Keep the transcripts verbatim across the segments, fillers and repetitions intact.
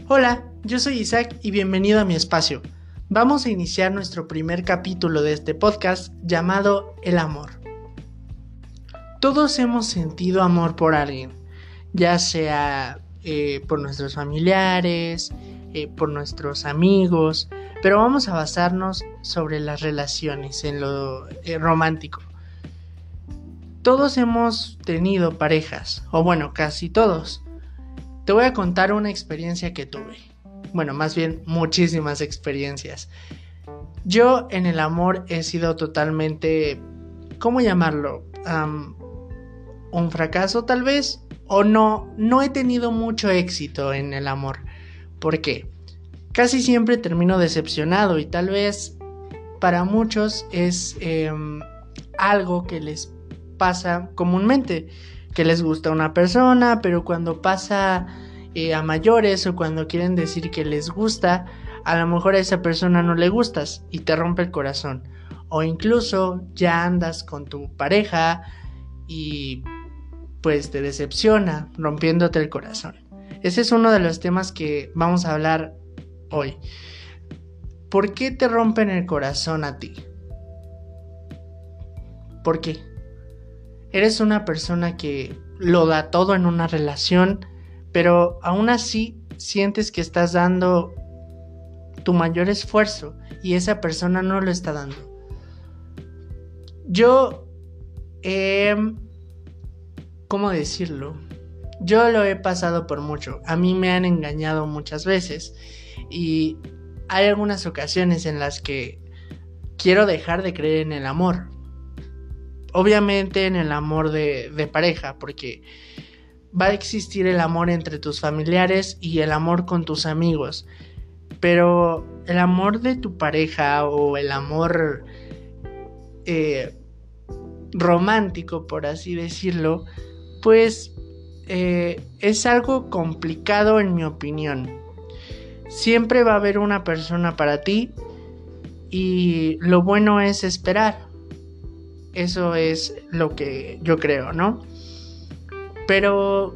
Hola, yo soy Isaac y bienvenido a mi espacio. Vamos a iniciar nuestro primer capítulo de este podcast llamado El amor. Todos hemos sentido amor por alguien, ya sea eh, por nuestros familiares, eh, por nuestros amigos, pero vamos a basarnos sobre las relaciones, en lo eh, romántico. Todos hemos tenido parejas, o bueno, casi todos. Te voy a contar una experiencia que tuve. Bueno, más bien muchísimas experiencias. Yo en el amor he sido totalmente, ¿cómo llamarlo? Um, un fracaso tal vez, o no, no he tenido mucho éxito en el amor. ¿Por qué? Casi siempre termino decepcionado y tal vez para muchos es eh, algo que les pasa comúnmente, que les gusta una persona, pero cuando pasa eh, a mayores o cuando quieren decir que les gusta, a lo mejor a esa persona no le gustas y te rompe el corazón. O incluso ya andas con tu pareja y pues te decepciona, rompiéndote el corazón. Ese es uno de los temas que vamos a hablar hoy. ¿Por qué te rompen el corazón a ti? ¿Por qué? Eres una persona que lo da todo en una relación, pero aún así sientes que estás dando tu mayor esfuerzo y esa persona no lo está dando. Yo, eh, ¿cómo decirlo? Yo lo he pasado por mucho. A mí me han engañado muchas veces y hay algunas ocasiones en las que quiero dejar de creer en el amor. Obviamente en el amor de, de pareja, porque va a existir el amor entre tus familiares y el amor con tus amigos. Pero el amor de tu pareja o el amor eh, romántico, por así decirlo, pues eh, es algo complicado en mi opinión. Siempre va a haber una persona para ti y lo bueno es esperar. Eso es lo que yo creo, ¿no? Pero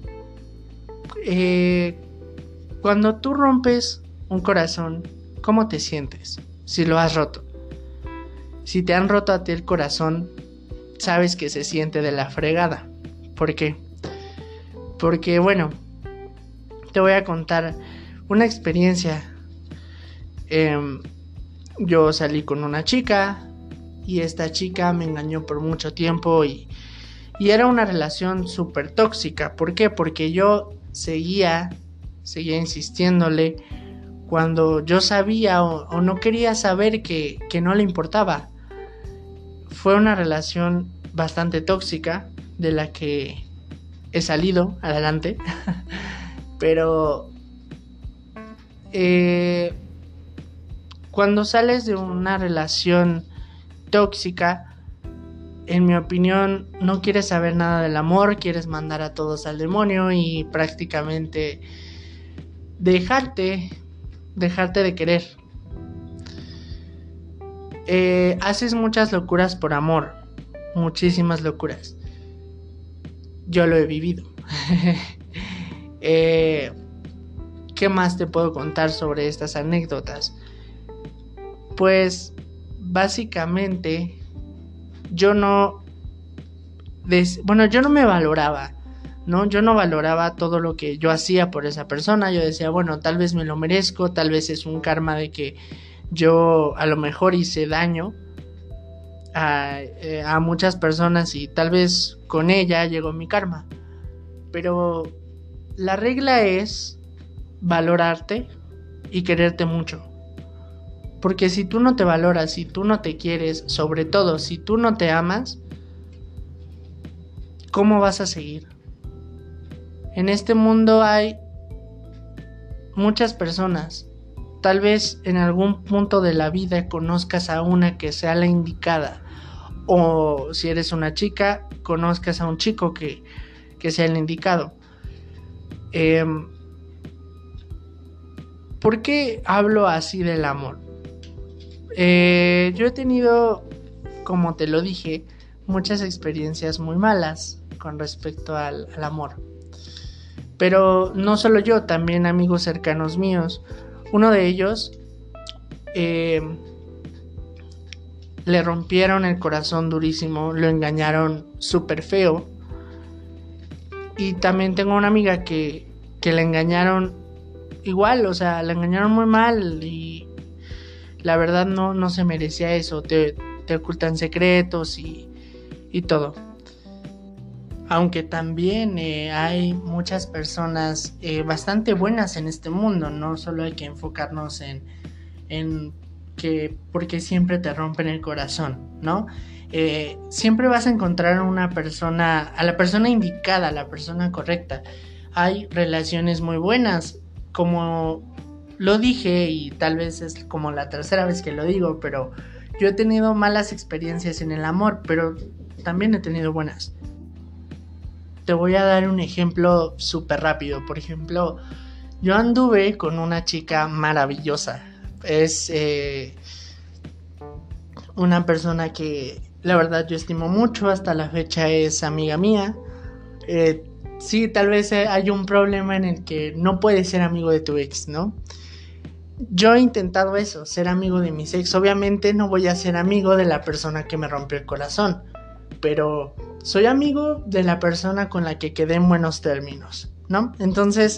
eh, cuando tú rompes un corazón, ¿cómo te sientes? Si lo has roto. Si te han roto a ti el corazón, sabes que se siente de la fregada. ¿Por qué? Porque, bueno, te voy a contar una experiencia. Eh, yo salí con una chica. Y esta chica me engañó por mucho tiempo y, y era una relación súper tóxica. ¿Por qué? Porque yo seguía, seguía insistiéndole cuando yo sabía o, o no quería saber que, que no le importaba. Fue una relación bastante tóxica de la que he salido adelante. Pero eh, cuando sales de una relación tóxica, en mi opinión, no quieres saber nada del amor, quieres mandar a todos al demonio y prácticamente dejarte, dejarte de querer. Eh, haces muchas locuras por amor, muchísimas locuras. Yo lo he vivido. eh, ¿Qué más te puedo contar sobre estas anécdotas? Pues básicamente yo no des, bueno yo no me valoraba, ¿no? Yo no valoraba todo lo que yo hacía por esa persona. Yo decía, bueno, tal vez me lo merezco, tal vez es un karma de que yo a lo mejor hice daño a, eh, a muchas personas y tal vez con ella llegó mi karma. Pero la regla es valorarte y quererte mucho. Porque si tú no te valoras, si tú no te quieres, sobre todo si tú no te amas, ¿cómo vas a seguir? En este mundo hay muchas personas. Tal vez en algún punto de la vida conozcas a una que sea la indicada. O si eres una chica, conozcas a un chico que, que sea el indicado. Eh, ¿Por qué hablo así del amor? Eh, yo he tenido, como te lo dije, muchas experiencias muy malas con respecto al, al amor. Pero no solo yo, también amigos cercanos míos. Uno de ellos eh, le rompieron el corazón durísimo, lo engañaron súper feo. Y también tengo una amiga que, que le engañaron igual, o sea, la engañaron muy mal y la verdad no, no se merecía eso. Te, te ocultan secretos y, y todo. Aunque también eh, hay muchas personas eh, bastante buenas en este mundo, no solo hay que enfocarnos en, en que porque siempre te rompen el corazón, ¿no? Eh, siempre vas a encontrar una persona, a la persona indicada, a la persona correcta. Hay relaciones muy buenas, como lo dije y tal vez es como la tercera vez que lo digo, pero yo he tenido malas experiencias en el amor, pero también he tenido buenas. Te voy a dar un ejemplo súper rápido. Por ejemplo, yo anduve con una chica maravillosa. Es eh, una persona que la verdad yo estimo mucho. Hasta la fecha es amiga mía. Eh, sí, tal vez hay un problema en el que no puedes ser amigo de tu ex, ¿no? Yo he intentado eso, ser amigo de mis ex. Obviamente no voy a ser amigo de la persona que me rompió el corazón, pero soy amigo de la persona con la que quedé en buenos términos, ¿no? Entonces,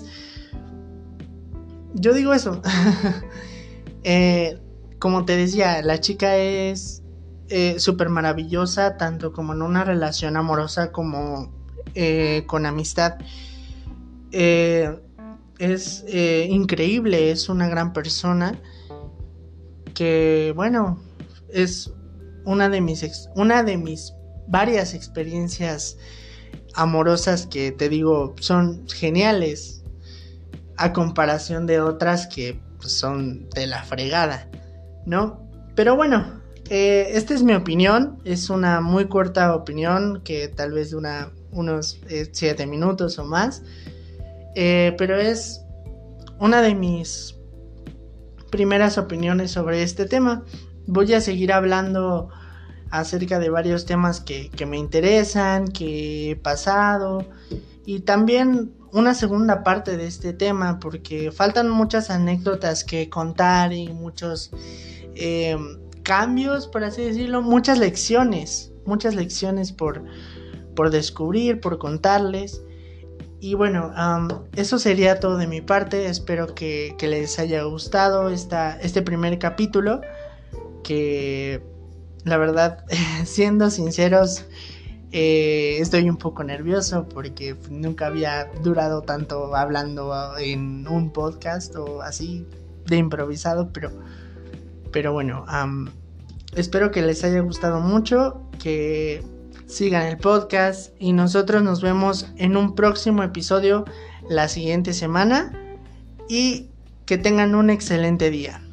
yo digo eso. eh, como te decía, la chica es eh, súper maravillosa, tanto como en una relación amorosa como eh, con amistad. Eh, es eh, increíble, es una gran persona que, bueno, es una de mis ex, una de mis varias experiencias amorosas que te digo son geniales a comparación de otras que pues, son de la fregada, ¿no? Pero bueno, eh, esta es mi opinión, es una muy corta opinión que tal vez dura unos eh, siete minutos o más, eh, pero es una de mis primeras opiniones sobre este tema. Voy a seguir hablando acerca de varios temas que, que me interesan, que he pasado, y también una segunda parte de este tema, porque faltan muchas anécdotas que contar y muchos eh, cambios, por así decirlo, muchas lecciones, muchas lecciones por, por descubrir, por contarles. Y bueno, um, eso sería todo de mi parte. Espero que, que les haya gustado esta, este primer capítulo, que la verdad, siendo sinceros, eh, estoy un poco nervioso porque nunca había durado tanto hablando en un podcast o así de improvisado, pero, pero bueno, um, espero que les haya gustado mucho, que sigan el podcast y nosotros nos vemos en un próximo episodio la siguiente semana y que tengan un excelente día.